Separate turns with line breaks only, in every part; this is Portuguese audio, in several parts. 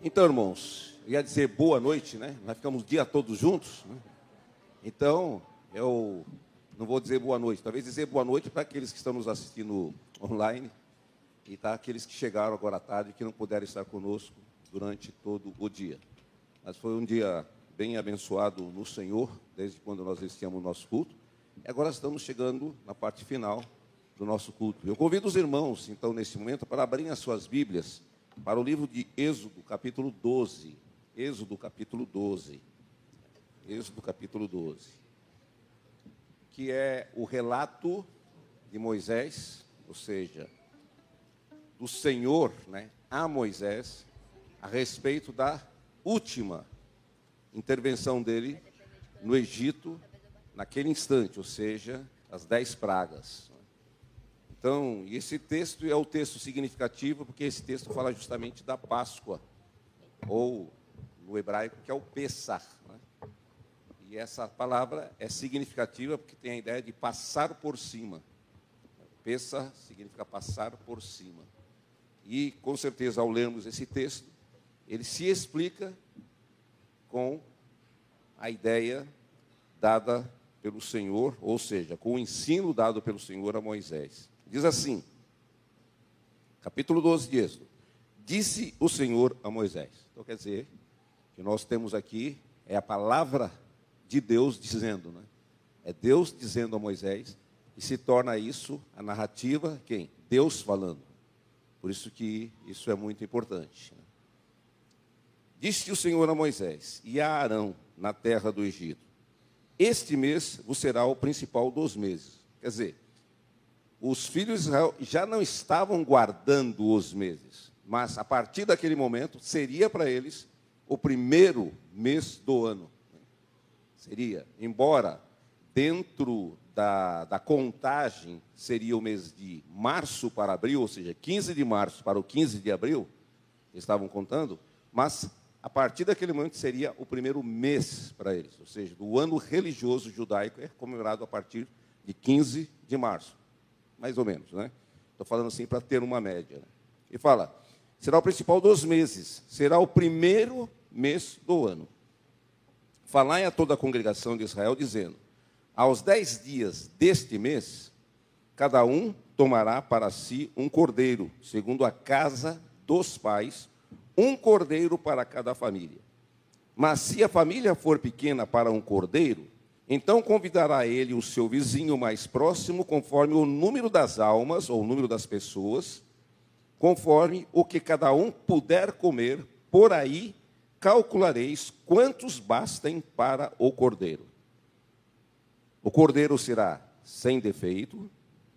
Então, irmãos, eu ia dizer boa noite, né? Nós ficamos o dia todos juntos, né? Então, eu não vou dizer boa noite. Talvez dizer boa noite para aqueles que estão nos assistindo online e aqueles que chegaram agora à tarde e que não puderam estar conosco durante todo o dia. Mas foi um dia bem abençoado no Senhor, desde quando nós iniciamos o nosso culto. E agora estamos chegando na parte final do nosso culto. Eu convido os irmãos, então, nesse momento, para abrirem as suas Bíblias para o livro de Êxodo, capítulo 12. Êxodo, capítulo 12. Êxodo, capítulo 12. Que é o relato de Moisés, ou seja, do Senhor, né, a Moisés, a respeito da última intervenção dele no Egito, naquele instante, ou seja, as 10 pragas. Então, esse texto é o texto significativo, porque esse texto fala justamente da Páscoa, ou no hebraico, que é o Pessah, né? E essa palavra é significativa porque tem a ideia de passar por cima. Pessah significa passar por cima. E, com certeza, ao lermos esse texto, ele se explica com a ideia dada pelo Senhor, ou seja, com o ensino dado pelo Senhor a Moisés. Diz assim, capítulo 12 de Êxodo: disse o Senhor a Moisés. Então, quer dizer, que nós temos aqui, é a palavra de Deus dizendo, né? É Deus dizendo a Moisés, e se torna isso a narrativa, quem? Deus falando. Por isso que isso é muito importante, né? Disse o Senhor a Moisés e a Arão na terra do Egito: este mês vos será o principal dos meses. Quer dizer, os filhos de Israel já não estavam guardando os meses, mas a partir daquele momento seria para eles o primeiro mês do ano. Seria, embora dentro da contagem seria o mês de março para abril, ou seja, 15 de março para o 15 de abril, eles estavam contando, mas a partir daquele momento seria o primeiro mês para eles, ou seja, do ano religioso judaico é comemorado a partir de 15 de março, mais ou menos, né? Estou falando assim para ter uma média, né? E fala, será o principal dos meses, será o primeiro mês do ano. Falai a toda a congregação de Israel, dizendo, aos 10 dias deste mês, cada um tomará para si um cordeiro, segundo a casa dos pais, um cordeiro para cada família. Mas se a família for pequena para um cordeiro, então convidará ele o seu vizinho mais próximo, conforme o número das almas, ou o número das pessoas, conforme o que cada um puder comer, por aí calculareis quantos bastem para o cordeiro. O cordeiro será sem defeito,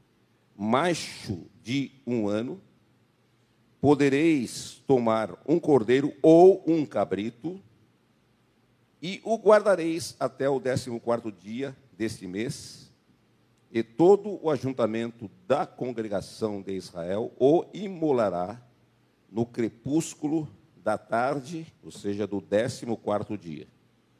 macho de 1 ano. Podereis tomar um cordeiro ou um cabrito, e o guardareis até o 14º dia deste mês, e todo o ajuntamento da congregação de Israel o imolará no crepúsculo da tarde, ou seja, do 14º dia.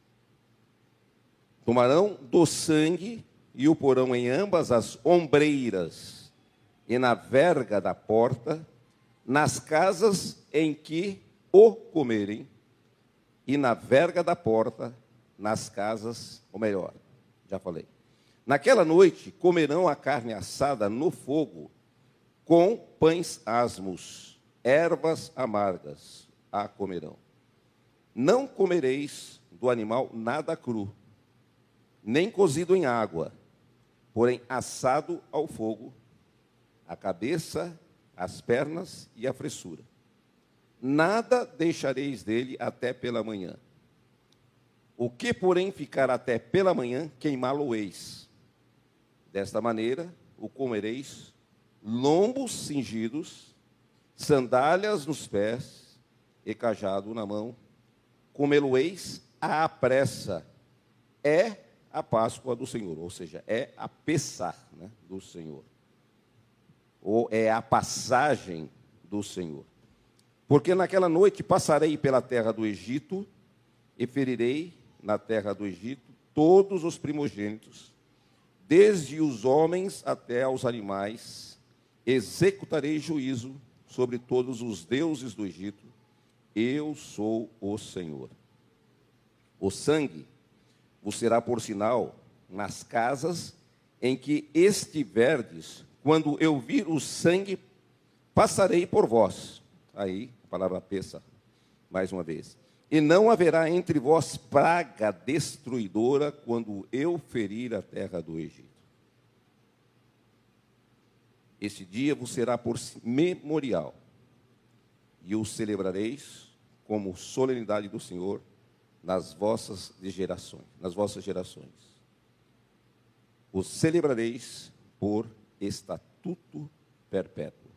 Tomarão do sangue e o porão em ambas as ombreiras e na verga da porta, nas casas em que o comerem, e na verga da porta, nas casas, ou melhor, já falei. Naquela noite comerão a carne assada no fogo, com pães asmos, ervas amargas a comerão. Não comereis do animal nada cru, nem cozido em água, porém assado ao fogo, a cabeça, as pernas e a fressura. Nada deixareis dele até pela manhã. O que, porém, ficar até pela manhã, queimá-lo-eis. Desta maneira, o comereis, lombos cingidos, sandálias nos pés e cajado na mão. Comê-lo-eis à pressa. É a Páscoa do Senhor, ou seja, é a Pessah, né, do Senhor. Ou é a passagem do Senhor. Porque naquela noite passarei pela terra do Egito e ferirei na terra do Egito todos os primogênitos, desde os homens até aos animais, executarei juízo sobre todos os deuses do Egito eu sou o Senhor. O sangue vos será por sinal nas casas em que estiverdes. Quando eu vir o sangue, passarei por vós. Aí, a palavra peça, mais uma vez. E não haverá entre vós praga destruidora quando eu ferir a terra do Egito. Este dia vos será por memorial, e o celebrareis como solenidade do Senhor nas vossas gerações. O celebrareis por estatuto perpétuo.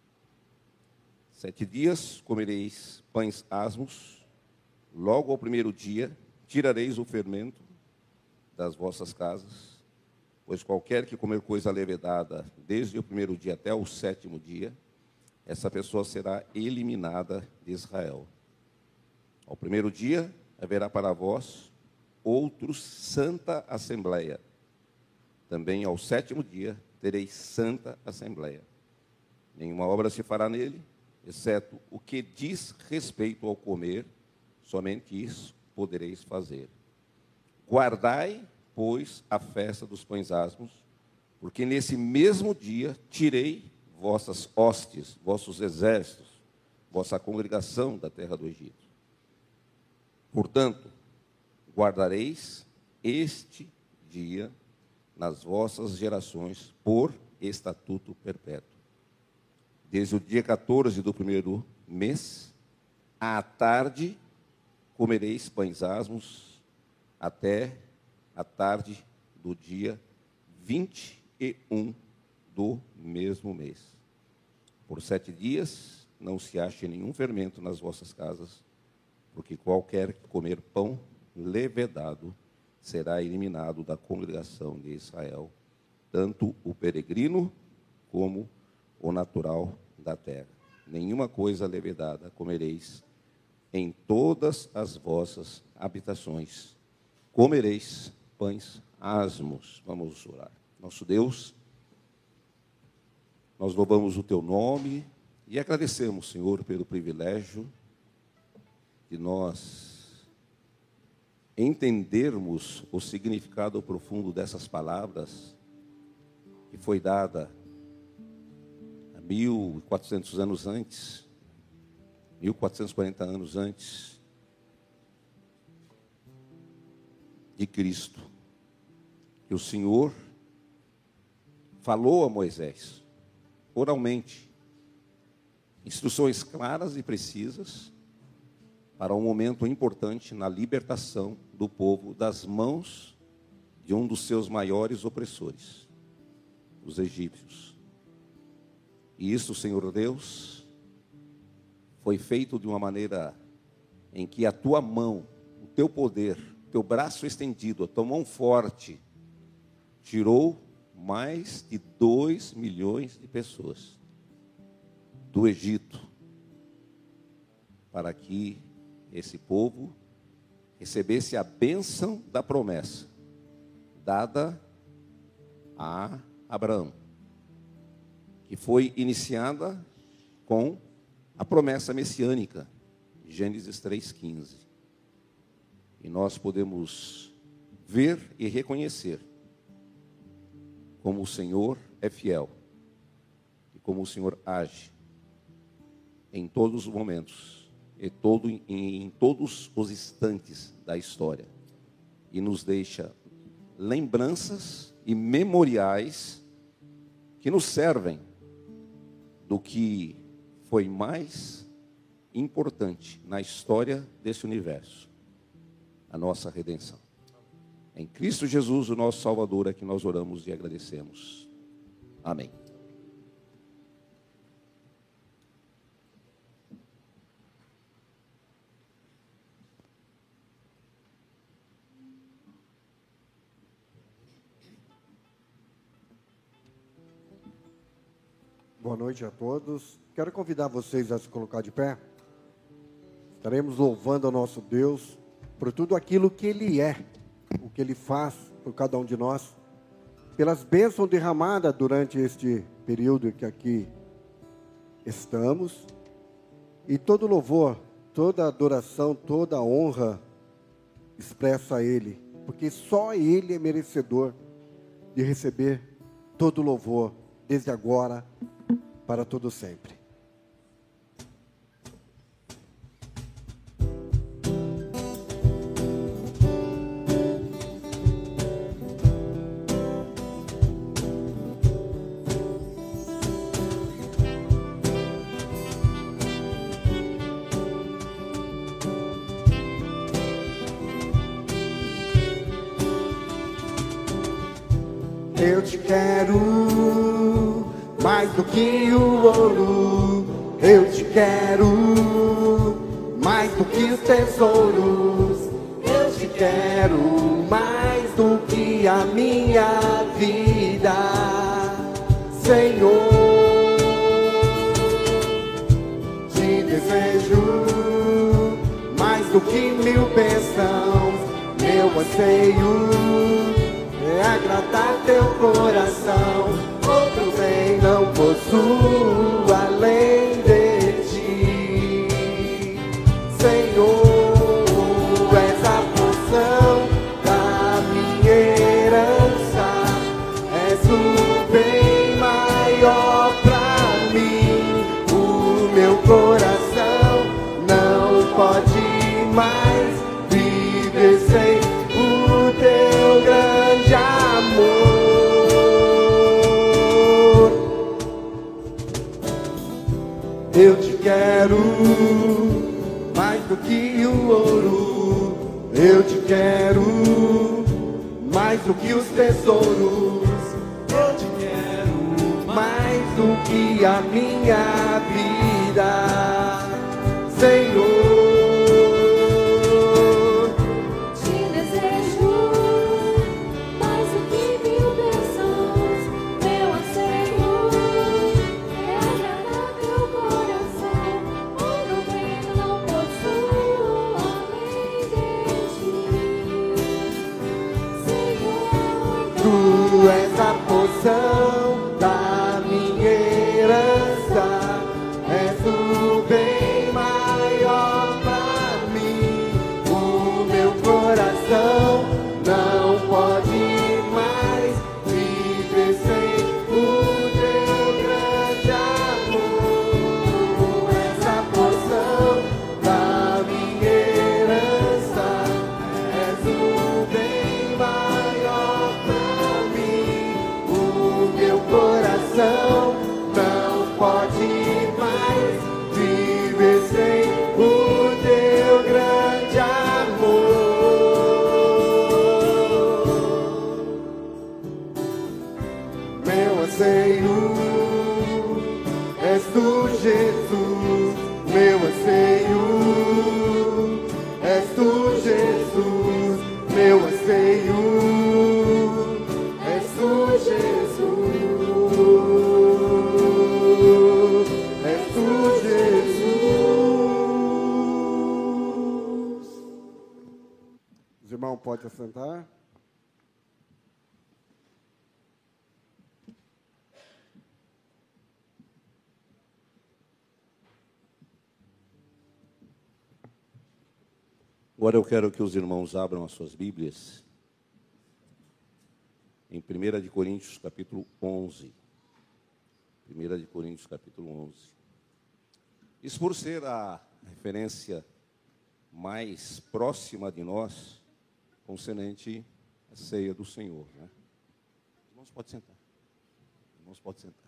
7 dias comereis pães asmos, logo ao primeiro dia tirareis o fermento das vossas casas, pois qualquer que comer coisa levedada desde o primeiro dia até o 7º dia, essa pessoa será eliminada de Israel. Ao primeiro dia haverá para vós outros santa assembleia. Também ao 7º dia tereis santa assembleia. Nenhuma obra se fará nele, exceto o que diz respeito ao comer, somente isso podereis fazer. Guardai, pois, a festa dos pães asmos, porque nesse mesmo dia tirei vossas hostes, vossos exércitos, vossa congregação da terra do Egito. Portanto, guardareis este dia nas vossas gerações por estatuto perpétuo. Desde o dia 14 do primeiro mês, à tarde, comereis pães asmos, até a tarde do dia 21 do mesmo mês. Por 7 dias não se ache nenhum fermento nas vossas casas, porque qualquer que comer pão levedado será eliminado da congregação de Israel, tanto o peregrino como o natural da terra. Nenhuma coisa levedada comereis em todas as vossas habitações. Comereis pães asmos. Vamos orar. Nosso Deus, nós louvamos o teu nome e agradecemos, Senhor, pelo privilégio de nós entendermos o significado profundo dessas palavras que foi dada há 1.400 anos antes, 1.440 anos antes de Cristo, que o Senhor falou a Moisés, oralmente, instruções claras e precisas para um momento importante na libertação do povo das mãos de um dos seus maiores opressores, os egípcios. E isso, Senhor Deus, foi feito de uma maneira em que a tua mão, o teu poder, o teu braço estendido, a tua mão forte, tirou mais de 2 milhões de pessoas do Egito, para que esse povo recebesse a bênção da promessa dada a Abraão, que foi iniciada com a promessa messiânica, Gênesis 3,15. E nós podemos ver e reconhecer como o Senhor é fiel e como o Senhor age em todos os momentos e em todos os instantes da história, e nos deixa lembranças e memoriais que nos servem do que foi mais importante na história desse universo, a nossa redenção. Em Cristo Jesus, o nosso Salvador, é que nós oramos e agradecemos. Amém.
Boa noite a todos. Quero convidar vocês a se colocar de pé. Estaremos louvando ao nosso Deus por tudo aquilo que Ele é, o que Ele faz por cada um de nós, pelas bênçãos derramadas durante este período que aqui estamos, e todo louvor toda adoração, toda honra expressa a Ele, porque só Ele é merecedor de receber todo louvor, desde agora para todo sempre. Eu te quero mais do que o ouro, eu te quero mais do que os tesouros, eu te quero mais do que a minha vida, Senhor. Te desejo mais do que 1000 bênçãos, meu anseio é agradar teu coração. Outro bem não possuo além de ti, Senhor. És a porção da minha herança, és o bem maior pra mim. O meu coração não pode mais viver sem o teu grande amor. Eu te quero mais do que o ouro, eu te quero mais do que os tesouros, eu te quero mais do que a minha vida, Senhor. Tu és a porção da minha herança, és o bem maior pra mim. O meu coração não pode mais viver sem o teu grande amor. És a porção da minha herança, és o bem maior pra mim. O meu coração não pode mais viver sem o teu grande amor. Meu anseio és tu, Jesus. Meu anseio és tu, Jesus. Meu anseio és tu, Jesus. És tu, Jesus. Os irmãos podem assentar.
Agora eu quero que os irmãos abram as suas Bíblias em 1 de Coríntios, capítulo 11. 1 de Coríntios, capítulo 11. Isso por ser a referência mais próxima de nós, concernente à ceia do Senhor, né? Irmãos, pode sentar. Irmãos, pode sentar.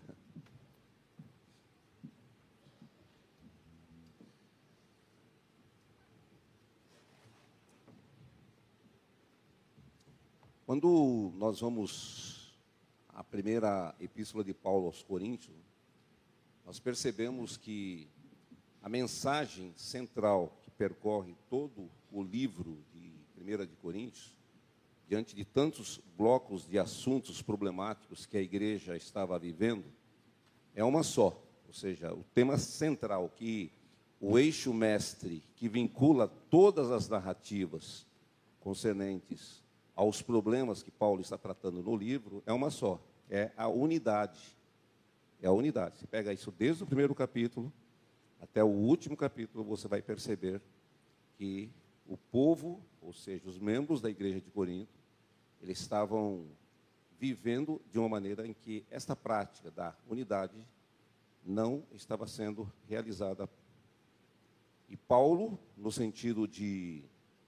Quando nós vamos à primeira epístola de Paulo aos Coríntios, nós percebemos que a mensagem central que percorre todo o livro de 1 de Coríntios, diante de tantos blocos de assuntos problemáticos que a igreja estava vivendo, é uma só. Ou seja, o tema central, que o eixo mestre que vincula todas as narrativas concernentes aos problemas que Paulo está tratando no livro, é uma só, é a unidade. É a unidade. Você pega isso desde o primeiro capítulo até o último capítulo, você vai perceber que o povo, ou seja, os membros da igreja de Corinto, eles estavam vivendo de uma maneira em que esta prática da unidade não estava sendo realizada. E Paulo, no sentido de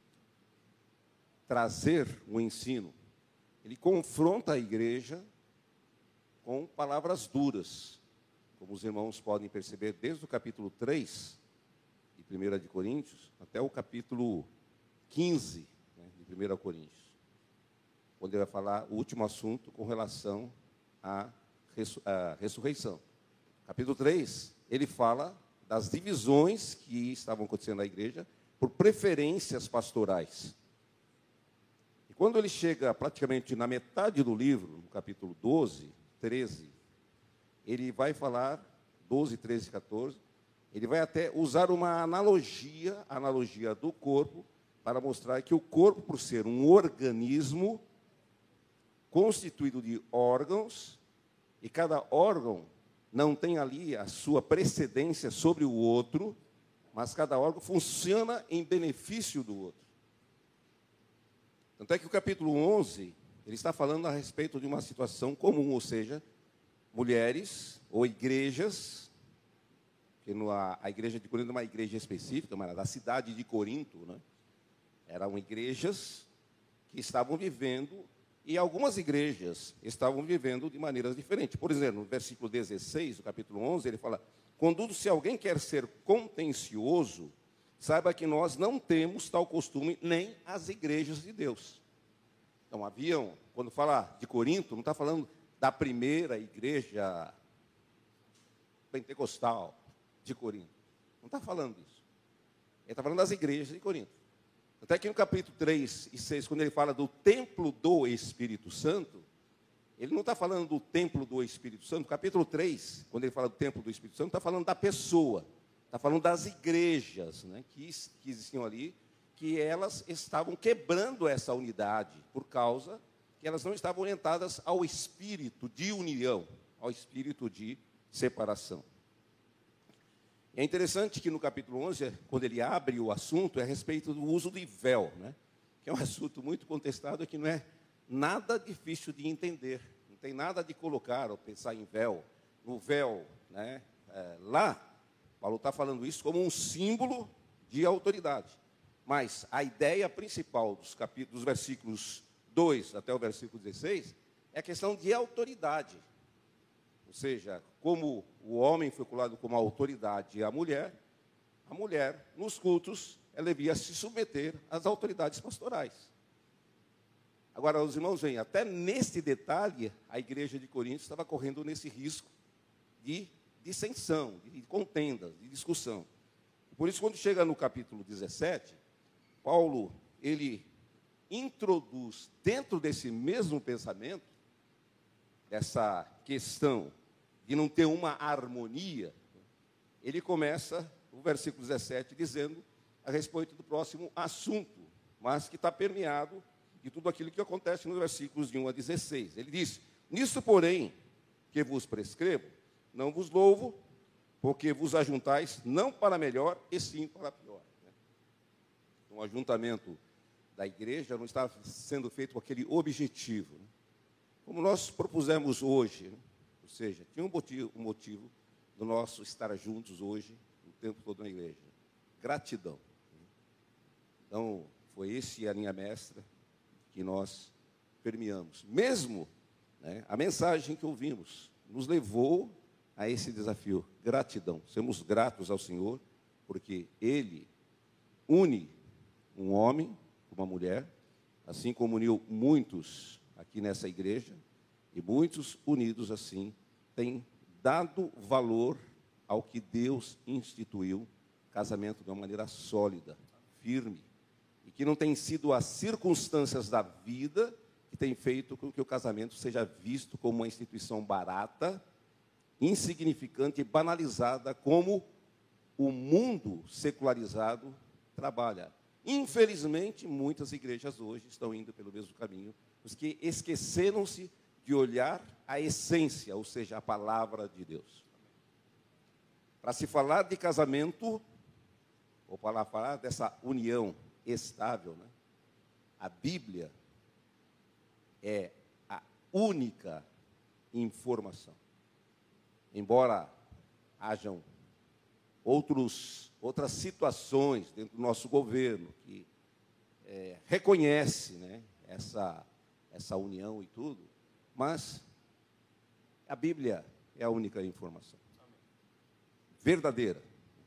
trazer o ensino, ele confronta a igreja com palavras duras, como os irmãos podem perceber desde o capítulo 3 de 1 de Coríntios até o capítulo 15, né, de 1 Coríntios, onde ele vai falar o último assunto com relação à ressurreição. Capítulo 3, ele fala das divisões que estavam acontecendo na igreja por preferências pastorais. E quando ele chega praticamente na metade do livro, no capítulo 12, 13, ele vai falar, 12, 13 e 14, ele vai até usar uma analogia do corpo, para mostrar que o corpo, por ser um organismo constituído de órgãos, e cada órgão não tem ali a sua precedência sobre o outro, mas cada órgão funciona em benefício do outro. Tanto é que o capítulo 11, ele está falando a respeito de uma situação comum, ou seja, mulheres ou igrejas, que a igreja de Corinto é uma igreja específica, mas da cidade de Corinto, né? Eram igrejas que estavam vivendo, e algumas igrejas estavam vivendo de maneiras diferentes. Por exemplo, no versículo 16, do capítulo 11, ele fala: contudo, se alguém quer ser contencioso, saiba que nós não temos tal costume, nem as igrejas de Deus. Então, quando fala de Corinto, não está falando da primeira igreja pentecostal de Corinto. Não está falando disso. Ele está falando das igrejas de Corinto. Até que no capítulo 3 e 6, quando ele fala do templo do Espírito Santo, ele não está falando do templo do Espírito Santo. No capítulo 3, quando ele fala do templo do Espírito Santo, está falando da pessoa. Está falando das igrejas, né, que existiam ali, que elas estavam quebrando essa unidade, por causa que elas não estavam orientadas ao espírito de união, ao espírito de separação. É interessante que no capítulo 11, quando ele abre o assunto, é a respeito do uso de véu, né? Que é um assunto muito contestado e que não é nada difícil de entender. Não tem nada de colocar ou pensar em véu. No véu, né? Lá, Paulo está falando isso como um símbolo de autoridade. Mas a ideia principal dos versículos 2 até o versículo 16 é a questão de autoridade. Ou seja, como o homem foi colocado como autoridade e a mulher, nos cultos, ela devia se submeter às autoridades pastorais. Agora, os irmãos veem, até nesse detalhe, a igreja de Corinto estava correndo nesse risco de dissensão, de contendas, de discussão. Por isso, quando chega no capítulo 17, Paulo, ele introduz dentro desse mesmo pensamento, dessa questão de não ter uma harmonia, ele começa o versículo 17 dizendo a respeito do próximo assunto, mas que está permeado de tudo aquilo que acontece nos versículos de 1 a 16. Ele diz: nisso, porém, que vos prescrevo, não vos louvo, porque vos ajuntais não para melhor, e sim para pior. O ajuntamento da igreja não está sendo feito com aquele objetivo, né? Como nós propusemos hoje, né? Ou seja, tinha um motivo do nosso estar juntos hoje, o tempo todo na igreja: gratidão. Então, foi esse a linha mestra que nós permeamos. Mesmo, né, a mensagem que ouvimos nos levou a esse desafio: gratidão. Sermos gratos ao Senhor, porque Ele une um homem com uma mulher, assim como uniu muitos aqui nessa igreja, e muitos unidos assim têm dado valor ao que Deus instituiu, casamento de uma maneira sólida, firme, e que não tem sido as circunstâncias da vida que tem feito com que o casamento seja visto como uma instituição barata, insignificante e banalizada, como o mundo secularizado trabalha. Infelizmente, muitas igrejas hoje estão indo pelo mesmo caminho, os que esqueceram-se de olhar a essência, ou seja, a palavra de Deus. para se falar de casamento, ou para falar dessa união estável, né? A Bíblia é a única informação. Embora hajam outras situações dentro do nosso governo que reconhece, né, essa união e tudo, mas a Bíblia é a única informação verdadeira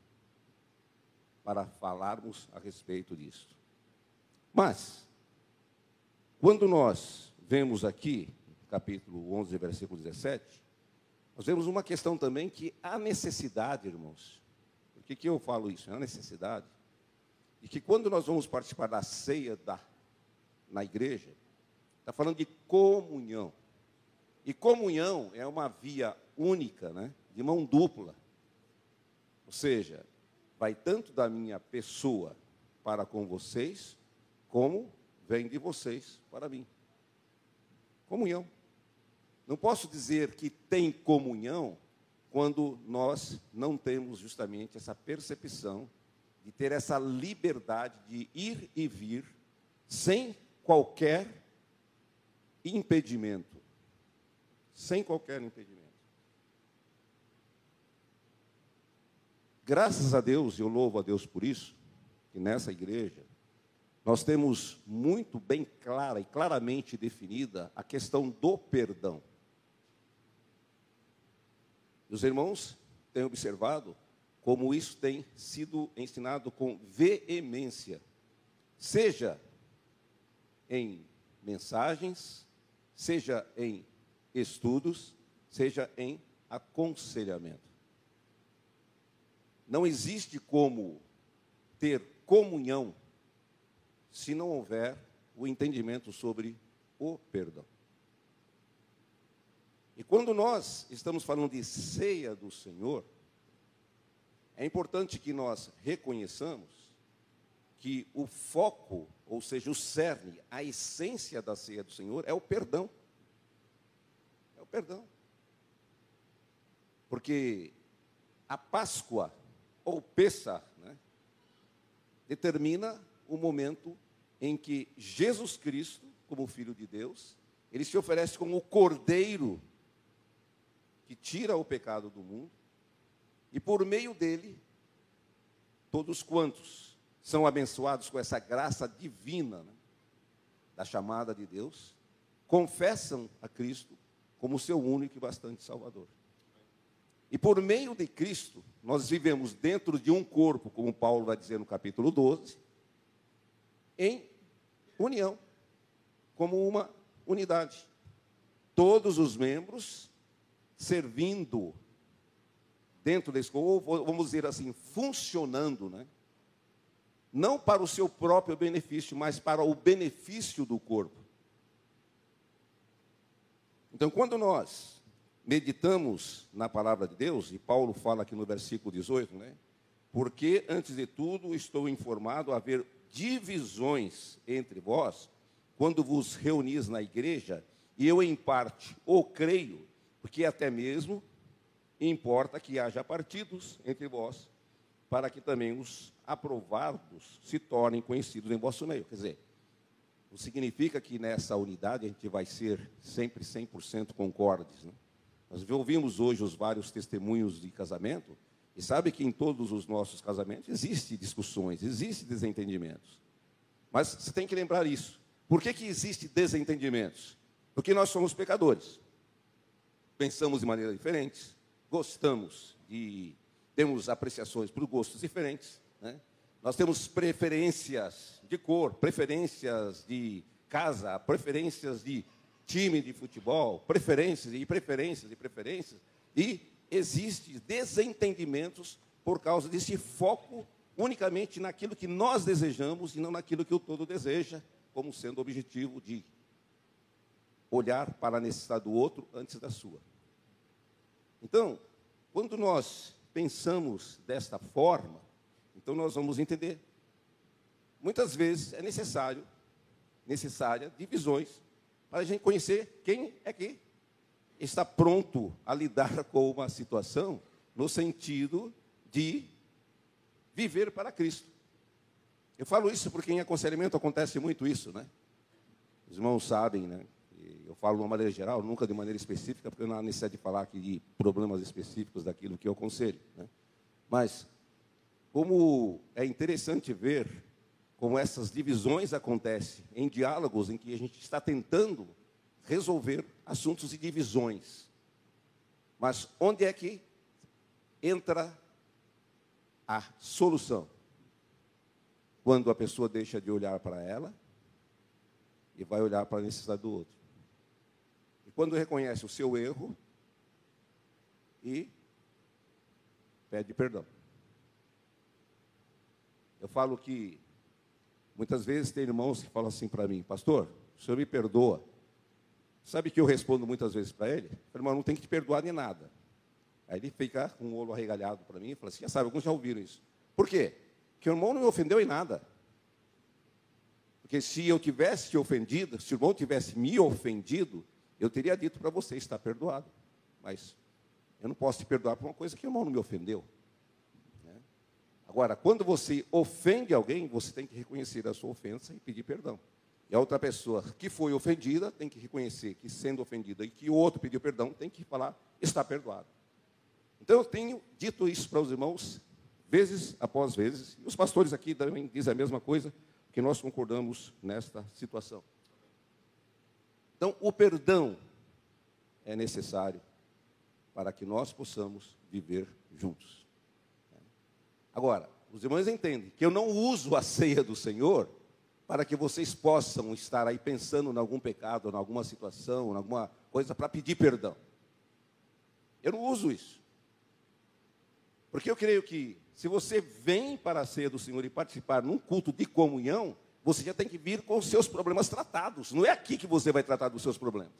para falarmos a respeito disso. Mas, quando nós vemos aqui, capítulo 11, versículo 17, nós vemos uma questão também que há necessidade, irmãos. Por que eu falo isso? Há necessidade de que quando nós vamos participar da ceia na igreja, está falando de comunhão. E comunhão é uma via única, né, de mão dupla. Ou seja, vai tanto da minha pessoa para com vocês, como vem de vocês para mim. Comunhão. Não posso dizer que tem comunhão quando nós não temos justamente essa percepção de ter essa liberdade de ir e vir sem qualquer impedimento. Sem qualquer impedimento. Graças a Deus, e eu louvo a Deus por isso, que nessa igreja nós temos muito bem clara e claramente definida a questão do perdão. Os irmãos têm observado como isso tem sido ensinado com veemência, seja em mensagens, seja em estudos, seja em aconselhamento. Não existe como ter comunhão se não houver o entendimento sobre o perdão. E quando nós estamos falando de ceia do Senhor, é importante que nós reconheçamos que o foco, ou seja, o cerne, a essência da ceia do Senhor é o perdão. É o perdão. Porque a Páscoa, ou Pêssar, né, determina o momento em que Jesus Cristo, como Filho de Deus, ele se oferece como o Cordeiro que tira o pecado do mundo, e por meio dele, todos quantos são abençoados com essa graça divina, né, da chamada de Deus, confessam a Cristo como seu único e bastante Salvador. E por meio de Cristo, nós vivemos dentro de um corpo, como Paulo vai dizer no capítulo 12, em união, como uma unidade. Todos os membros servindo dentro desse corpo, ou vamos dizer assim, funcionando, né? Não para o seu próprio benefício, mas para o benefício do corpo. Então, quando nós meditamos na palavra de Deus, e Paulo fala aqui no versículo 18, né? Porque, antes de tudo, estou informado a haver divisões entre vós, quando vos reunis na igreja, e eu, em parte, o creio, porque até mesmo importa que haja partidos entre vós, para que também os aprovados se tornem conhecidos em vosso meio. Quer dizer, não significa que nessa unidade a gente vai ser sempre 100% concordes, né? Nós ouvimos hoje os vários testemunhos de casamento, e sabe que em todos os nossos casamentos existem discussões, existem desentendimentos. Mas você tem que lembrar isso. Por que existem desentendimentos? Porque nós somos pecadores. Pensamos de maneira diferente, temos apreciações por gostos diferentes, né? Nós temos preferências de cor, preferências de casa, preferências de time de futebol, preferências, e existem desentendimentos por causa desse foco unicamente naquilo que nós desejamos e não naquilo que o todo deseja, como sendo o objetivo de olhar para a necessidade do outro antes da sua. Então, quando nós pensamos desta forma, então nós vamos entender. Muitas vezes é necessária divisões para a gente conhecer quem é que está pronto a lidar com uma situação no sentido de viver para Cristo. Eu falo isso porque em aconselhamento acontece muito isso, né? Os irmãos sabem, né? Eu falo de uma maneira geral, nunca de maneira específica, porque não há necessidade de falar aqui de problemas específicos daquilo que eu aconselho, né? Mas, como é interessante ver como essas divisões acontecem em diálogos em que a gente está tentando resolver assuntos de divisões. Mas onde é que entra a solução? Quando a pessoa deixa de olhar para ela e vai olhar para a necessidade do outro. E quando reconhece o seu erro e pede perdão. Eu falo que muitas vezes tem irmãos que falam assim para mim: pastor, o senhor me perdoa. Sabe que eu respondo muitas vezes para ele? Irmão, não tem que te perdoar de nada. Aí ele fica com o olho arregalhado para mim e fala assim: já sabe, alguns já ouviram isso. Por quê? Porque o irmão não me ofendeu em nada. Porque se eu tivesse te ofendido, se o irmão tivesse me ofendido, eu teria dito para você: está perdoado. Mas eu não posso te perdoar por uma coisa que o irmão não me ofendeu. Agora, quando você ofende alguém, você tem que reconhecer a sua ofensa e pedir perdão. E a outra pessoa que foi ofendida tem que reconhecer que, sendo ofendida e que o outro pediu perdão, tem que falar: está perdoado. Então, eu tenho dito isso para os irmãos, vezes após vezes, e os pastores aqui também dizem a mesma coisa, que nós concordamos nesta situação. Então, o perdão é necessário para que nós possamos viver juntos. Agora, os irmãos entendem que eu não uso a ceia do Senhor para que vocês possam estar aí pensando em algum pecado, em alguma situação, em alguma coisa para pedir perdão. Eu não uso isso. Porque eu creio que se você vem para a ceia do Senhor e participar num culto de comunhão, você já tem que vir com os seus problemas tratados. Não é aqui que você vai tratar dos seus problemas.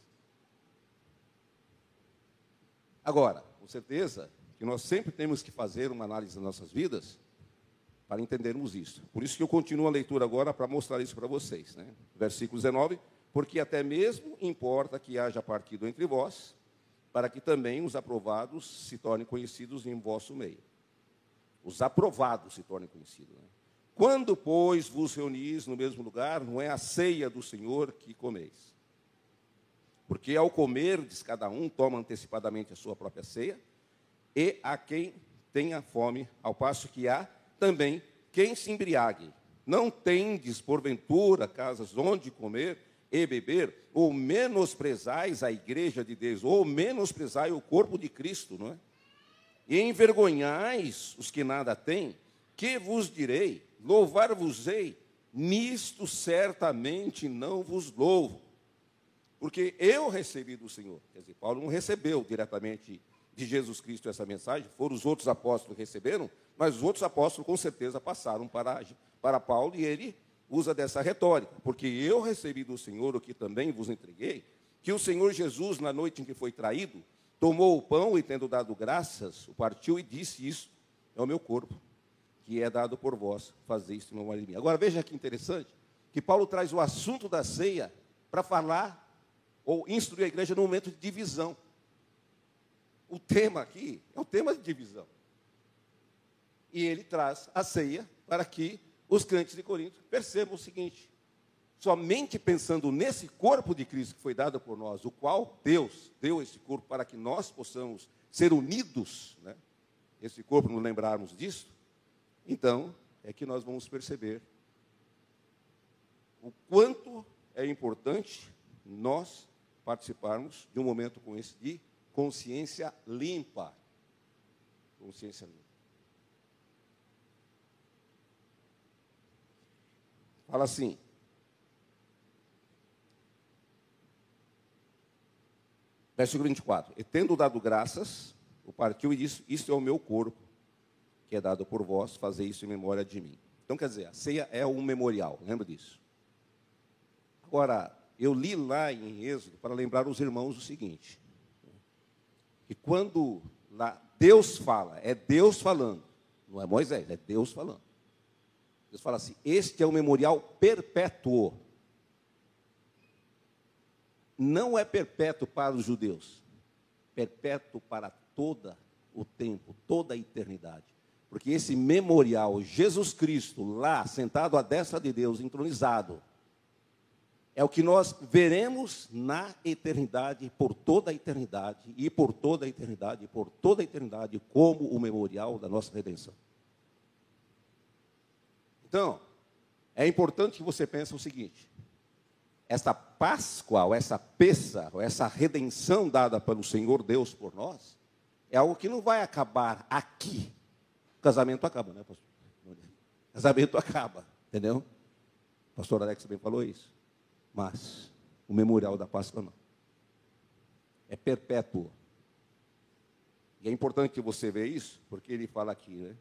Agora, com certeza que nós sempre temos que fazer uma análise das nossas vidas para entendermos isso. Por isso que eu continuo a leitura agora para mostrar isso para vocês, né? Versículo 19: porque até mesmo importa que haja partido entre vós, para que também os aprovados se tornem conhecidos em vosso meio. Os aprovados se tornem conhecidos, né? Quando, pois, vos reunis no mesmo lugar, não é a ceia do Senhor que comeis. Porque ao comerdes, cada um toma antecipadamente a sua própria ceia, e a quem tenha fome, ao passo que há também quem se embriague. Não tendes, porventura, casas onde comer e beber, ou menosprezais a igreja de Deus, ou menosprezai o corpo de Cristo, não é? E envergonhais os que nada têm, que vos direi? Louvar-vos-ei? Nisto certamente não vos louvo. Porque eu recebi do Senhor. Quer dizer, Paulo não recebeu diretamente de Jesus Cristo essa mensagem, foram os outros apóstolos que receberam, mas os outros apóstolos com certeza passaram para Paulo, e ele usa dessa retórica: porque eu recebi do Senhor o que também vos entreguei, que o Senhor Jesus, na noite em que foi traído, tomou o pão e, tendo dado graças, o partiu e disse: isso é o meu corpo, que é dado por vós, fazei isto em memória de mim. Agora veja que interessante, que Paulo traz o assunto da ceia para falar, ou instruir a igreja no momento de divisão. O tema aqui é um tema de divisão. E ele traz a ceia para que os crentes de Corinto percebam o seguinte: somente pensando nesse corpo de Cristo que foi dado por nós, o qual Deus deu esse corpo para que nós possamos ser unidos, né? Esse corpo, nos lembrarmos disso, então é que nós vamos perceber o quanto é importante nós participarmos de um momento como esse de consciência limpa. Consciência limpa. Fala assim: versículo 24: e tendo dado graças, o partiu e disse: isto é o meu corpo, que é dado por vós, fazei isso em memória de mim. Então, quer dizer, a ceia é um memorial, lembra disso? Agora, eu li lá em Êxodo para lembrar os irmãos o seguinte: que quando lá Deus fala, é Deus falando, não é Moisés, é Deus falando. Deus fala assim: este é um memorial perpétuo. Não é perpétuo para os judeus, perpétuo para todo o tempo, toda a eternidade. Porque esse memorial, Jesus Cristo, lá, sentado à destra de Deus, entronizado, é o que nós veremos na eternidade, por toda a eternidade, e por toda a eternidade, e por toda a eternidade, como o memorial da nossa redenção. Então, é importante que você pense o seguinte: essa Páscoa, ou essa Pessa, ou essa redenção dada pelo Senhor Deus por nós, é algo que não vai acabar aqui. O casamento acaba, né, pastor? O casamento acaba, entendeu? O pastor Alex também falou isso. Mas o memorial da Páscoa não. É perpétuo. E é importante que você veja isso, porque ele fala aqui, né?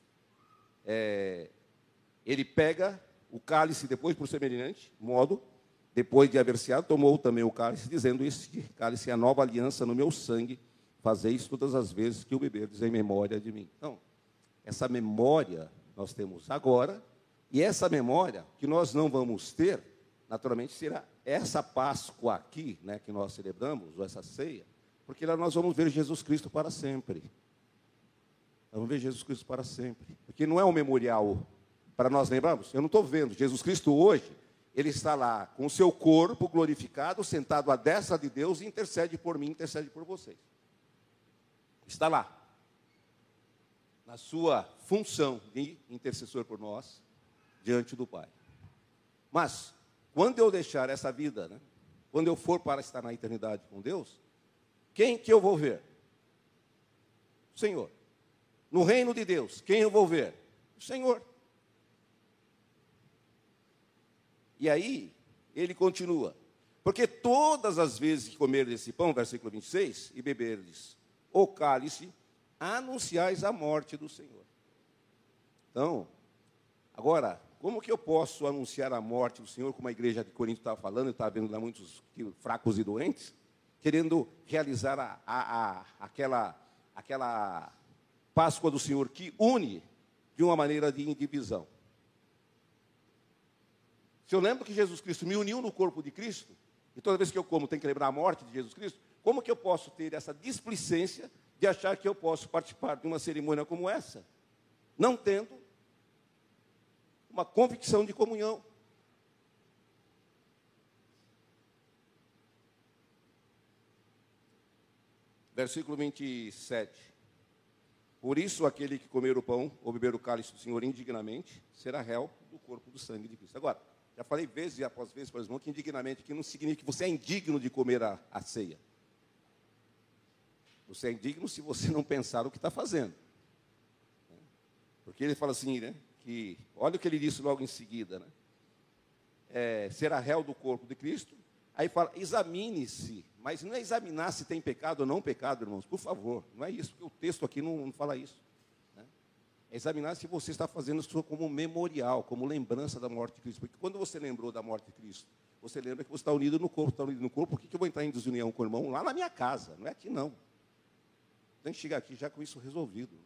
Ele pega o cálice depois, por semelhante modo, depois de haver ceado, tomou também o cálice, dizendo: este cálice é a nova aliança no meu sangue, fazeis todas as vezes que o beberdes em memória de mim. Então, essa memória nós temos agora, e essa memória que nós não vamos ter, naturalmente, será essa Páscoa aqui, né, que nós celebramos, ou essa ceia, porque lá nós vamos ver Jesus Cristo para sempre. Vamos ver Jesus Cristo para sempre. Porque não é um memorial para nós lembrarmos. Eu não estou vendo. Jesus Cristo hoje, ele está lá com o seu corpo glorificado, sentado à destra de Deus, e intercede por mim, intercede por vocês. Está lá, na sua função de intercessor por nós, diante do Pai. Mas, quando eu deixar essa vida, né, quando eu for para estar na eternidade com Deus, quem que eu vou ver? O Senhor. No reino de Deus, quem eu vou ver? O Senhor. E aí, ele continua: porque todas as vezes que comerdes esse pão, versículo 26, e beberdes o cálice, anunciais a morte do Senhor. Então, agora, como que eu posso anunciar a morte do Senhor, como a igreja de Corinto estava falando, eu estava vendo lá muitos fracos e doentes, querendo realizar aquela Páscoa do Senhor que une de uma maneira de indivisão. Se eu lembro que Jesus Cristo me uniu no corpo de Cristo, e toda vez que eu como tenho que lembrar a morte de Jesus Cristo, como que eu posso ter essa displicência de achar que eu posso participar de uma cerimônia como essa, não tendo uma convicção de comunhão? Versículo 27. Por isso, aquele que comer o pão ou beber o cálice do Senhor indignamente será réu do corpo do sangue de Cristo. Agora, já falei vezes e após vezes para os irmãos que indignamente aqui não significa que você é indigno de comer a ceia. Você é indigno se você não pensar o que está fazendo. Porque ele fala assim, né? Que, olha o que ele disse logo em seguida, né? Será réu do corpo de Cristo. Aí fala: examine-se. Mas não é examinar se tem pecado ou não pecado, irmãos. Por favor, não é isso, porque o texto aqui não fala isso. É examinar se você está fazendo isso como memorial, como lembrança da morte de Cristo. Porque quando você lembrou da morte de Cristo, você lembra que você está unido no corpo. Está unido no corpo, por que eu vou entrar em desunião com o irmão lá na minha casa? Não é aqui, não. Tem que chegar aqui já com isso resolvido.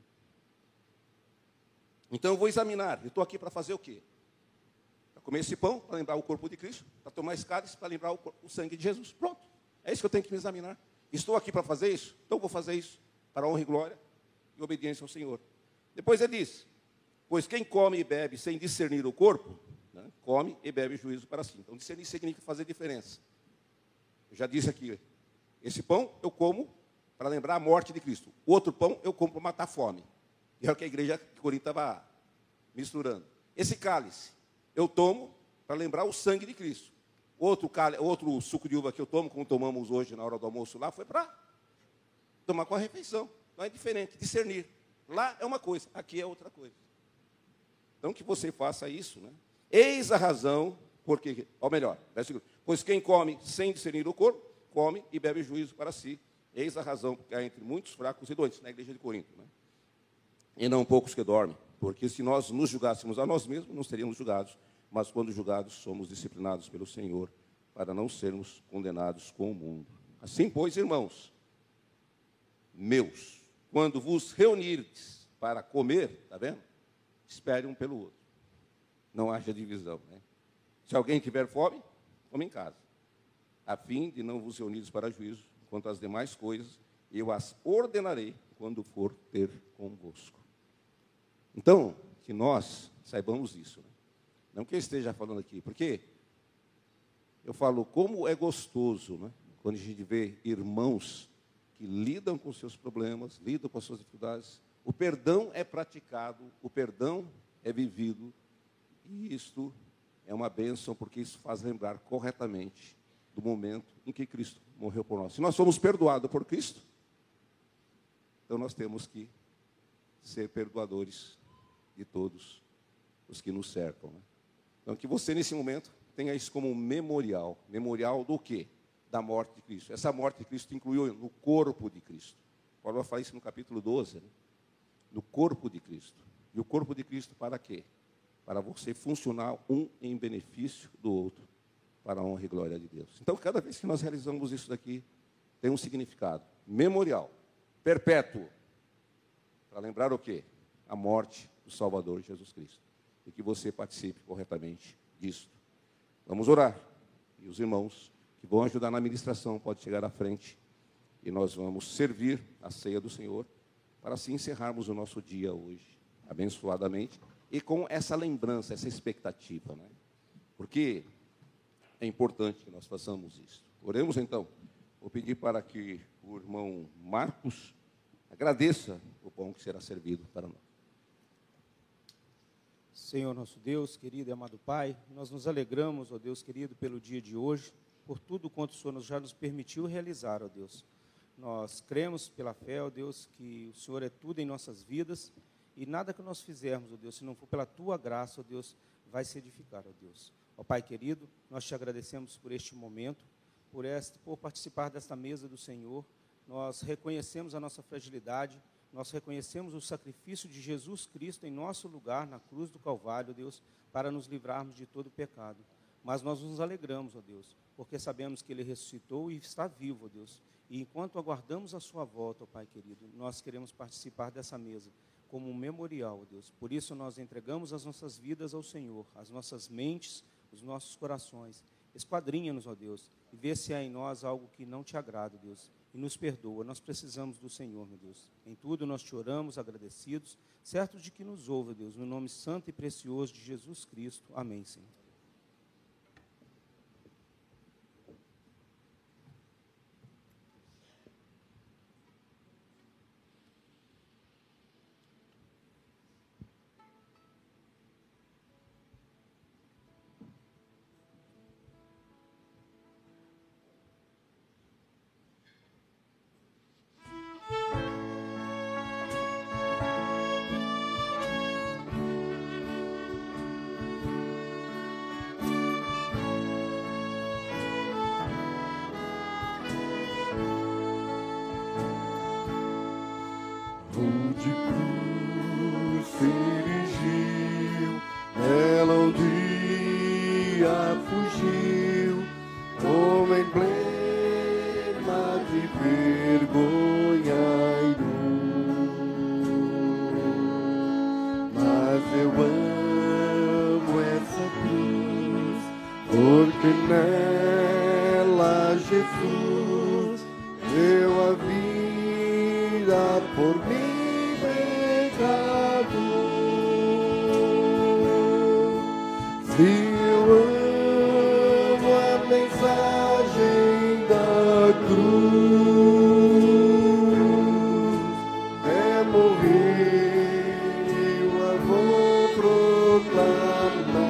Então eu vou examinar. Eu estou aqui para fazer o quê? Para comer esse pão, para lembrar o corpo de Cristo. Para tomar esse cálice, para lembrar o sangue de Jesus. Pronto. É isso que eu tenho que me examinar. Estou aqui para fazer isso? Então eu vou fazer isso para a honra e glória e obediência ao Senhor. Depois ele diz: pois quem come e bebe sem discernir o corpo, né, come e bebe juízo para si. Então discernir significa fazer diferença. Eu já disse aqui, esse pão eu como para lembrar a morte de Cristo. O outro pão eu como para matar a fome. E é o que a igreja de Corinto estava misturando. Esse cálice eu tomo para lembrar o sangue de Cristo. Outro suco de uva que eu tomo, como tomamos hoje na hora do almoço lá, foi para tomar com a refeição. Não é diferente, discernir. Lá é uma coisa, aqui é outra coisa. Então que você faça isso, né? Eis a razão, porque, ou melhor, versículo: pois quem come sem discernir o corpo, come e bebe juízo para si. Eis a razão, porque há entre muitos fracos e doentes, na igreja de Corinto, né? E não poucos que dormem, porque se nós nos julgássemos a nós mesmos, não seríamos julgados, mas quando julgados, somos disciplinados pelo Senhor, para não sermos condenados com o mundo. Assim, pois, irmãos meus, quando vos reunirdes para comer, está vendo? Espere um pelo outro. Não haja divisão, né? Se alguém tiver fome, come em casa, a fim de não vos reunirdes para juízo. Quanto às demais coisas, eu as ordenarei quando for ter convosco. Então, que nós saibamos isso. Né? Não que eu esteja falando aqui, porque eu falo como é gostoso, né? Quando a gente vê irmãos que lidam com seus problemas, lidam com as suas dificuldades. O perdão é praticado, o perdão é vivido, e isto é uma bênção, porque isso faz lembrar corretamente do momento em que Cristo morreu por nós. Se nós somos perdoados por Cristo, então nós temos que ser perdoadores de todos os que nos cercam. Né? Então, que você, nesse momento, tenha isso como um memorial. Memorial do quê? Da morte de Cristo. Essa morte de Cristo incluiu no corpo de Cristo. Paulo vai falar isso no capítulo 12, né? No corpo de Cristo. E o corpo de Cristo para quê? Para você funcionar um em benefício do outro, para a honra e glória de Deus. Então, cada vez que nós realizamos isso daqui, tem um significado. Memorial, perpétuo, para lembrar o quê? A morte do Salvador Jesus Cristo. E que você participe corretamente disso. Vamos orar. E os irmãos que vão ajudar na ministração podem chegar à frente. E nós vamos servir a ceia do Senhor, para assim encerrarmos o nosso dia hoje, abençoadamente, e com essa lembrança, essa expectativa, né? Porque é importante que nós façamos isso. Oremos então. Vou pedir para que o irmão Marcos agradeça o pão que será servido para nós.
Senhor nosso Deus, querido e amado Pai, nós nos alegramos, ó Deus querido, pelo dia de hoje, por tudo quanto o Senhor já nos permitiu realizar, ó Deus. Nós cremos pela fé, ó Deus, que o Senhor é tudo em nossas vidas, e nada que nós fizermos, ó Deus, se não for pela Tua graça, ó Deus, vai se edificar, ó Deus. Ó Pai querido, nós te agradecemos por este momento, por participar desta mesa do Senhor. Nós reconhecemos a nossa fragilidade, nós reconhecemos o sacrifício de Jesus Cristo em nosso lugar, na cruz do Calvário, ó Deus, para nos livrarmos de todo pecado. Mas nós nos alegramos, ó Deus, porque sabemos que Ele ressuscitou e está vivo, ó Deus. E enquanto aguardamos a sua volta, ó Pai querido, nós queremos participar dessa mesa como um memorial, ó Deus. Por isso nós entregamos as nossas vidas ao Senhor, as nossas mentes, os nossos corações. Esquadrinha-nos, ó Deus, e vê se há em nós algo que não te agrada, Deus, e nos perdoa. Nós precisamos do Senhor, meu Deus. Em tudo nós te oramos, agradecidos, certos de que nos ouve, Deus, no nome santo e precioso de Jesus Cristo. Amém, Senhor.
De cruz se erigiu, ela um dia fugiu, como emblema de vergonha e dor. Mas eu amo essa cruz, porque nela Jesus deu a vida por mim. Se eu amo a mensagem da cruz, é morrer, eu a vou proclamar.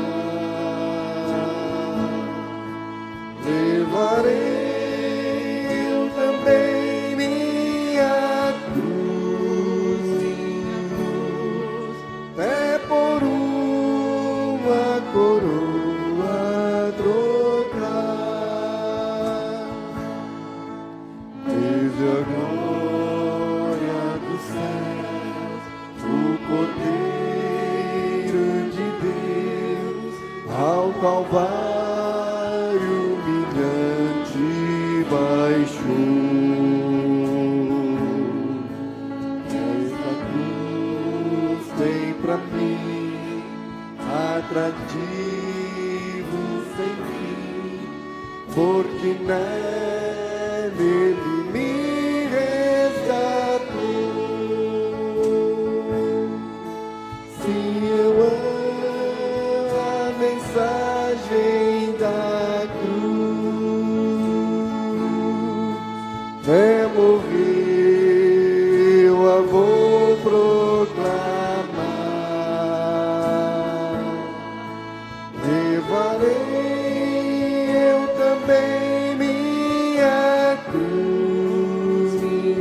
Levarei eu também minha cruz, é por uma coroa trocar, desde a glória dos céus, o Cordeiro de Deus, ao Calvário humilhante baixou. Esta cruz tem pra mim atrativo sem fim, porque nele ele me resgatou. é morreu, eu vou proclamar. Levarei eu também minha cruz,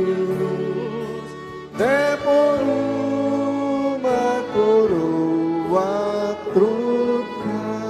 é por uma coroa trocar.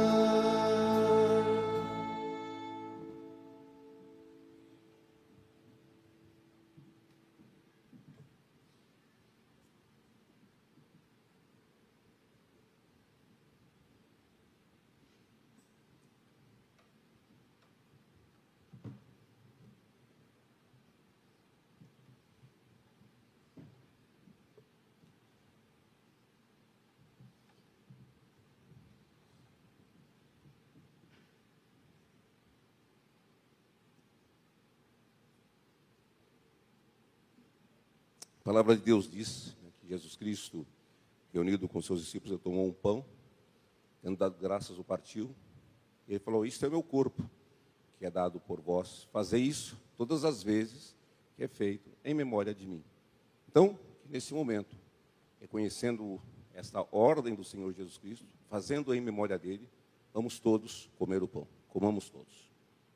A palavra de Deus diz, né, que Jesus Cristo, reunido com seus discípulos, ele tomou um pão, tendo dado graças, o partiu, e ele falou: isto é meu corpo, que é dado por vós, fazei isso todas as vezes que é feito em memória de mim. Então, nesse momento, reconhecendo esta ordem do Senhor Jesus Cristo, fazendo em memória dele, vamos todos comer o pão. Comamos todos.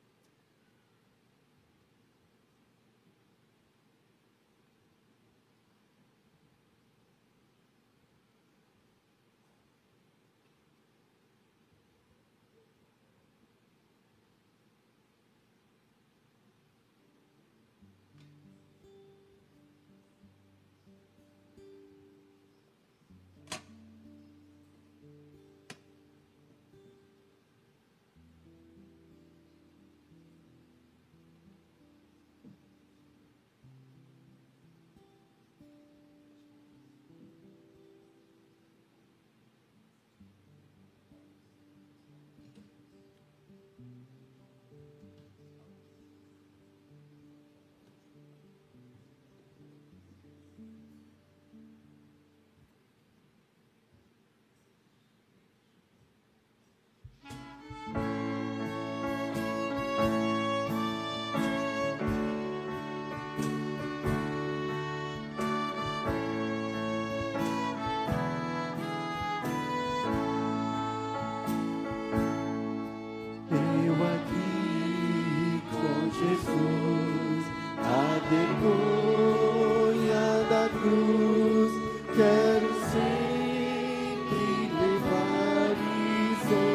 Jesus, a vergonha da cruz, quero sempre levar e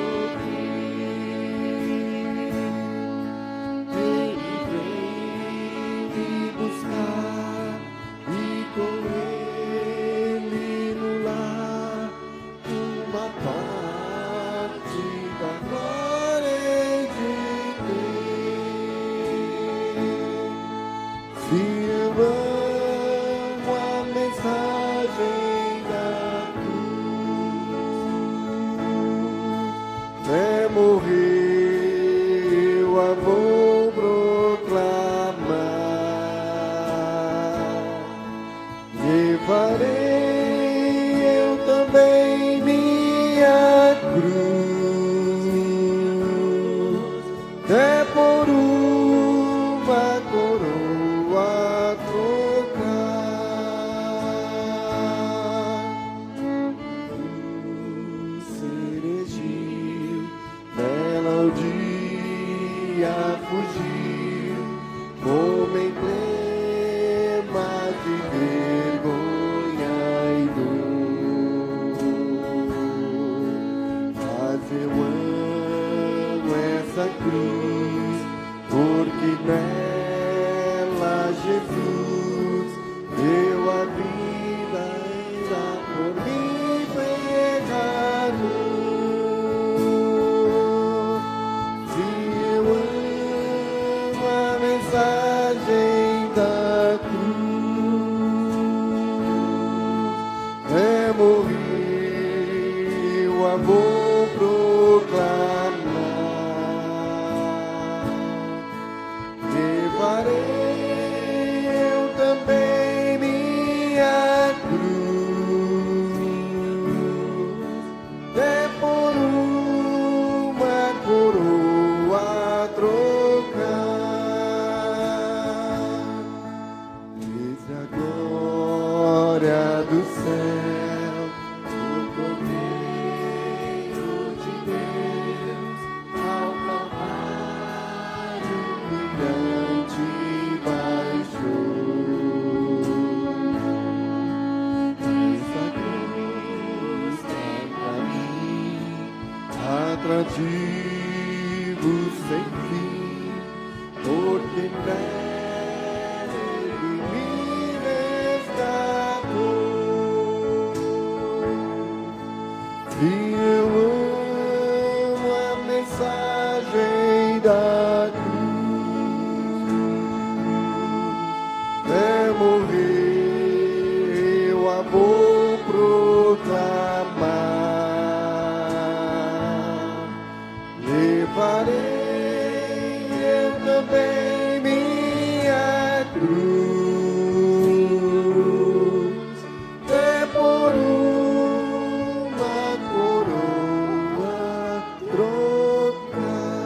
sofrer. Ele vem me buscar e com ele no lar uma parte da glória de se eu amo a mensagem da cruz, é morrer, eu a vou proclamar. Levarei eu também minha cruz, é por uma coroa trocar. Ceregiu, nela o dia fugiu, como emblema de vergonha e dor. Mas eu amo essa cruz, porque nela Jesus deu a vida ainda por mim pecador. Se eu amo a mensagem da cruz, é morrer, eu a vou proclamar. vivo sem fim, porque nele me resgatou. E eu amo a mensagem da cruz. É morrer, eu a vou proclamar. Levarei eu também minha cruz, é por uma coroa trocar.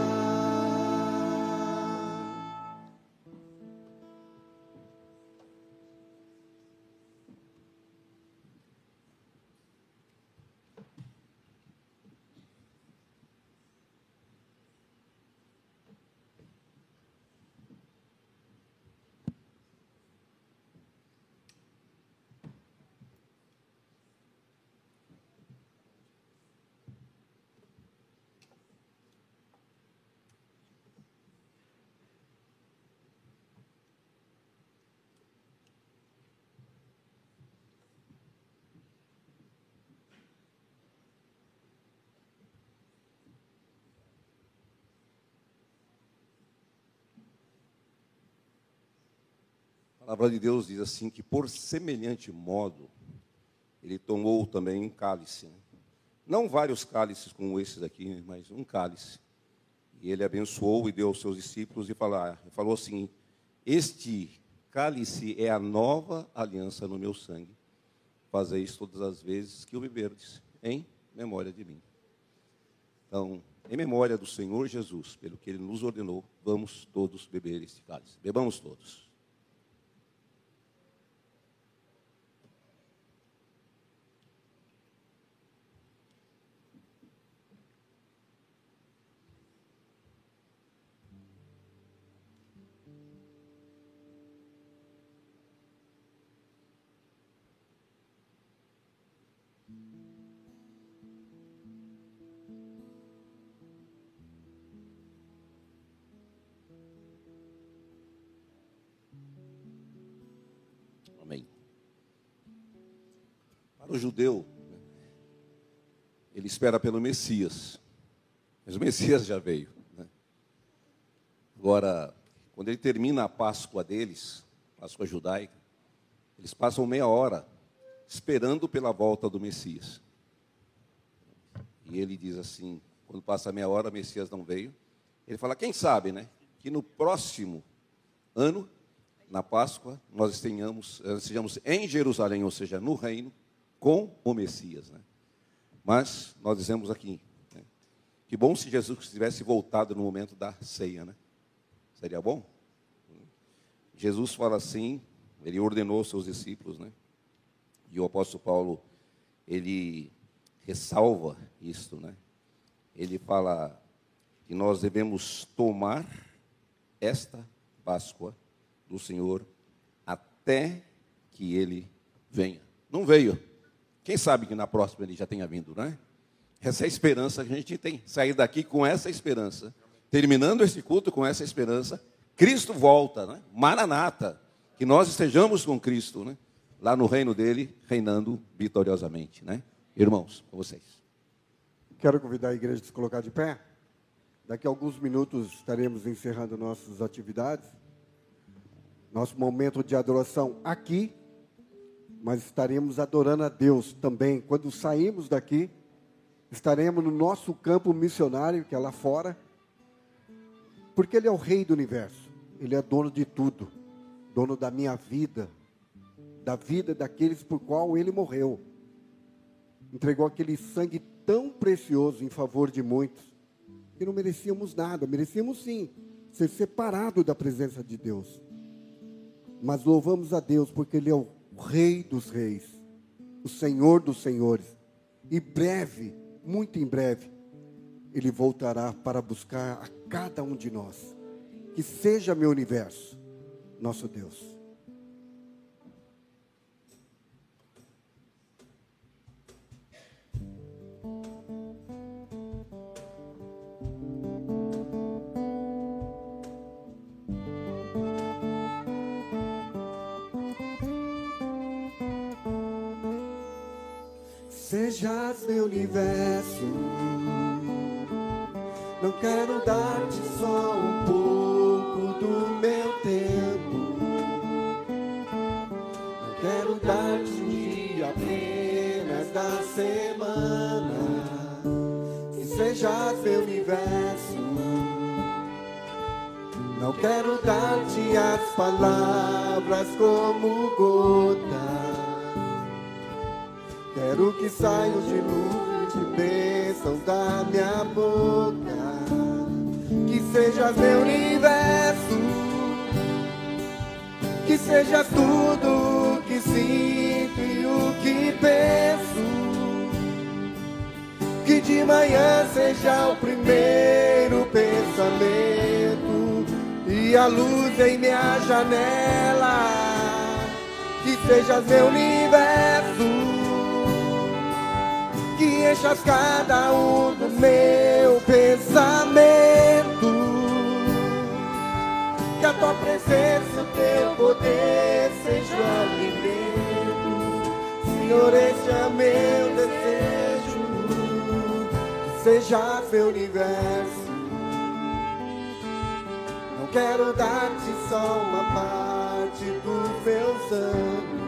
A palavra de Deus diz assim, que por semelhante modo, ele tomou também um cálice. Né? Não vários cálices como esses aqui, mas um cálice. E ele abençoou e deu aos seus discípulos e falou assim, este cálice é a nova aliança no meu sangue. Fazeis todas as vezes que o beberdes, em memória de mim. Então, em memória do Senhor Jesus, pelo que ele nos ordenou, vamos todos beber este cálice. Bebamos todos. Amém. Para o judeu, ele espera pelo Messias, mas o Messias já veio. Né? Agora, quando ele termina a Páscoa deles, Páscoa judaica, eles passam meia hora esperando pela volta do Messias. E ele diz assim, quando passa meia hora, o Messias não veio. Ele fala, quem sabe, né, que no próximo ano, na Páscoa, nós estejamos em Jerusalém, ou seja, no reino, com o Messias. Né? Mas nós dizemos aqui, né, que bom se Jesus tivesse voltado no momento da ceia. Né? Seria bom? Jesus fala assim, ele ordenou aos seus discípulos, né? E o apóstolo Paulo, ele ressalva isto, né? Ele fala que nós devemos tomar esta Páscoa do Senhor até que ele venha. Não veio. Quem sabe que na próxima ele já tenha vindo, né? Essa é a esperança que a gente tem. Sair daqui com essa esperança. Terminando esse culto com essa esperança. Cristo volta, né? Maranata. Que nós estejamos com Cristo, né? Lá no reino dele, reinando vitoriosamente, né? Irmãos, com vocês.
Quero convidar a igreja a se colocar de pé. Daqui a alguns minutos estaremos encerrando nossas atividades. Nosso momento de adoração aqui, mas estaremos adorando a Deus também. Quando sairmos daqui, estaremos no nosso campo missionário, que é lá fora, porque Ele é o Rei do universo. Ele é dono de tudo, dono da minha vida, da vida daqueles por qual Ele morreu. Entregou aquele sangue tão precioso em favor de muitos, que não merecíamos nada, merecíamos sim, ser separado da presença de Deus. Mas louvamos a Deus, porque Ele é o Rei dos reis, o Senhor dos senhores. E breve, muito em breve, Ele voltará para buscar a cada um de nós. Que seja meu universo, nosso Deus. sejas meu universo. Não quero dar-te só um pouco do meu tempo. Não quero dar-te um dia apenas da semana. Que sejas meu universo. Não quero dar-te as palavras como gotas. Quero que saiam de luz de bênção da minha boca. Que sejas meu universo. Que sejas tudo que sinto e o que penso. Que de manhã seja o primeiro pensamento e a luz em minha janela. Que sejas meu universo. Que enchas cada um do meu pensamento. Que a tua presença, o teu poder seja o alimento. Senhor, este é o meu desejo. Que seja meu universo. Não quero dar-te só uma parte dos meus anos.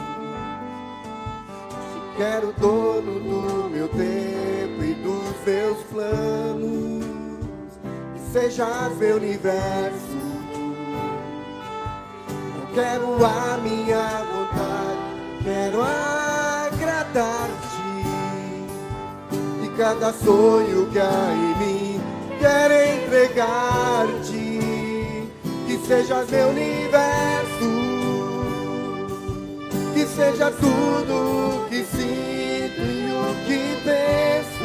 Quero o dono do meu tempo e dos meus planos. Que sejas meu universo. Não quero a minha vontade, quero agradar-te. E cada sonho que há em mim, quero entregar-te. Que sejas meu universo. Que seja tudo que sinto e o que penso.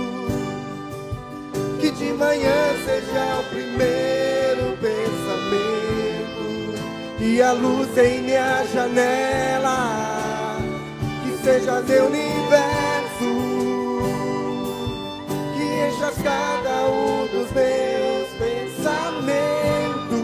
Que de manhã seja o primeiro pensamento e a luz em minha janela. Que seja meu universo. Que enchas cada um dos meus pensamentos.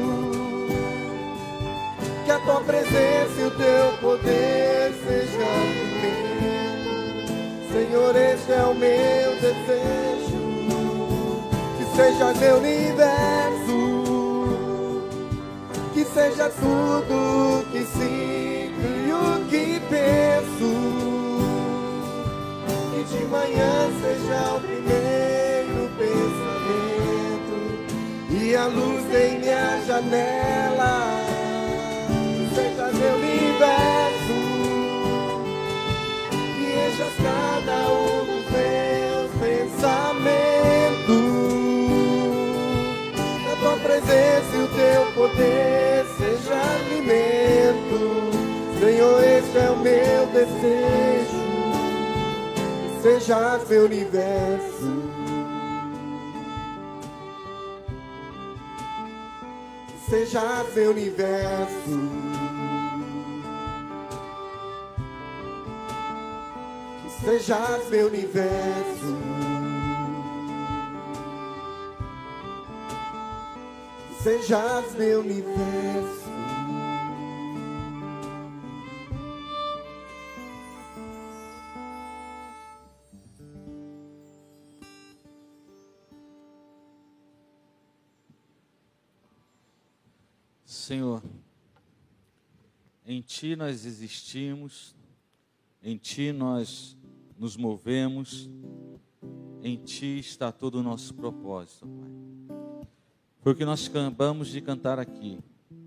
Que a tua presença e o teu poder seja alimento. Senhor, este é o meu desejo. Que seja meu universo. Que seja tudo que sinto e o que penso. Que de manhã seja o primeiro pensamento e a luz em minha janela. Seja meu universo. Que enchas cada um dos meus pensamentos. Que a tua presença e o teu poder seja alimento. Senhor, este é o meu desejo. Que sejas meu universo. Que sejas meu universo. Sejas meu universo. Sejas meu universo.
Senhor, em Ti nós existimos, em Ti nós nos movemos, em Ti está todo o nosso propósito, Pai. Foi o que nós acabamos de cantar aqui.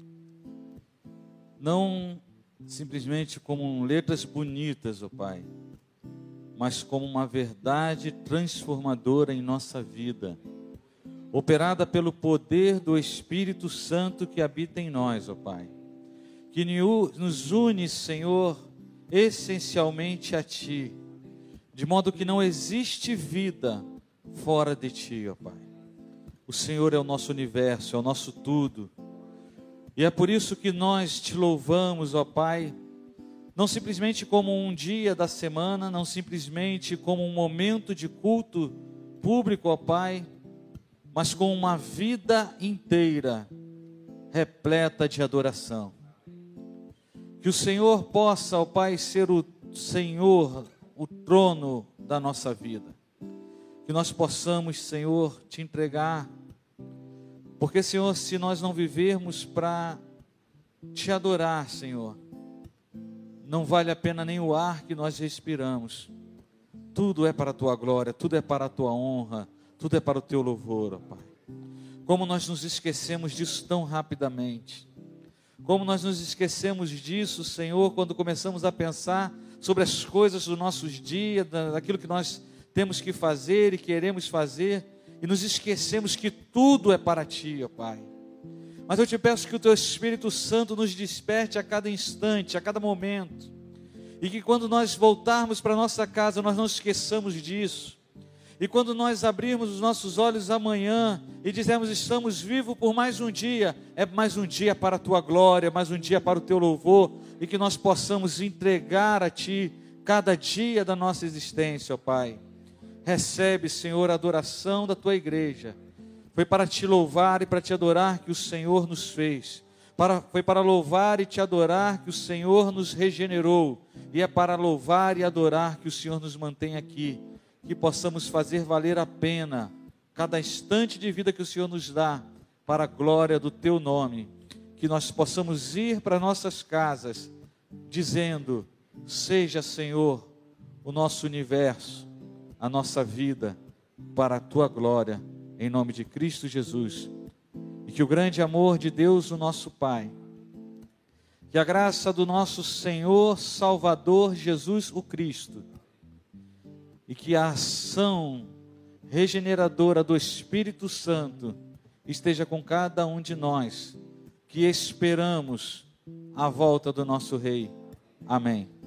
Não simplesmente como letras bonitas, ó Pai, mas como uma verdade transformadora em nossa vida, operada pelo poder do Espírito Santo que habita em nós, ó Pai, que nos une, Senhor, essencialmente a Ti, de modo que não existe vida fora de Ti, ó Pai. O Senhor é o nosso universo, é o nosso tudo, e é por isso que nós Te louvamos, ó Pai, não simplesmente como um dia da semana, não simplesmente como um momento de culto público, ó Pai, mas com uma vida inteira repleta de adoração. Que o Senhor possa, ó Pai, ser o Senhor, o trono da nossa vida. Que nós possamos, Senhor, te entregar. Porque, Senhor, se nós não vivermos para te adorar, Senhor, não vale a pena nem o ar que nós respiramos. Tudo é para a tua glória, tudo é para a tua honra, tudo é para o teu louvor, ó Pai. Como nós nos esquecemos disso tão rapidamente. Como nós nos esquecemos disso, Senhor, quando começamos a pensar sobre as coisas dos nossos dias, daquilo que nós temos que fazer e queremos fazer, e nos esquecemos que tudo é para Ti, ó Pai. Mas eu te peço que o Teu Espírito Santo nos desperte a cada instante, a cada momento, e que quando nós voltarmos para a nossa casa, nós não esqueçamos disso. E quando nós abrirmos os nossos olhos amanhã e dizermos estamos vivos por mais um dia, é mais um dia para a Tua glória, mais um dia para o Teu louvor, e que nós possamos entregar a Ti cada dia da nossa existência, ó Pai. Recebe, Senhor, a adoração da Tua igreja. Foi para Te louvar e para Te adorar que o Senhor nos fez. Foi para louvar e Te adorar que o Senhor nos regenerou. E é para louvar e adorar que o Senhor nos mantém aqui. Que possamos fazer valer a pena cada instante de vida que o Senhor nos dá para a glória do Teu nome. Que nós possamos ir para nossas casas dizendo: seja, Senhor, o nosso universo, a nossa vida para a Tua glória, em nome de Cristo Jesus. E que o grande amor de Deus, o nosso Pai, que a graça do nosso Senhor Salvador Jesus o Cristo, e que a ação regeneradora do Espírito Santo esteja com cada um de nós, que esperamos a volta do nosso Rei. Amém.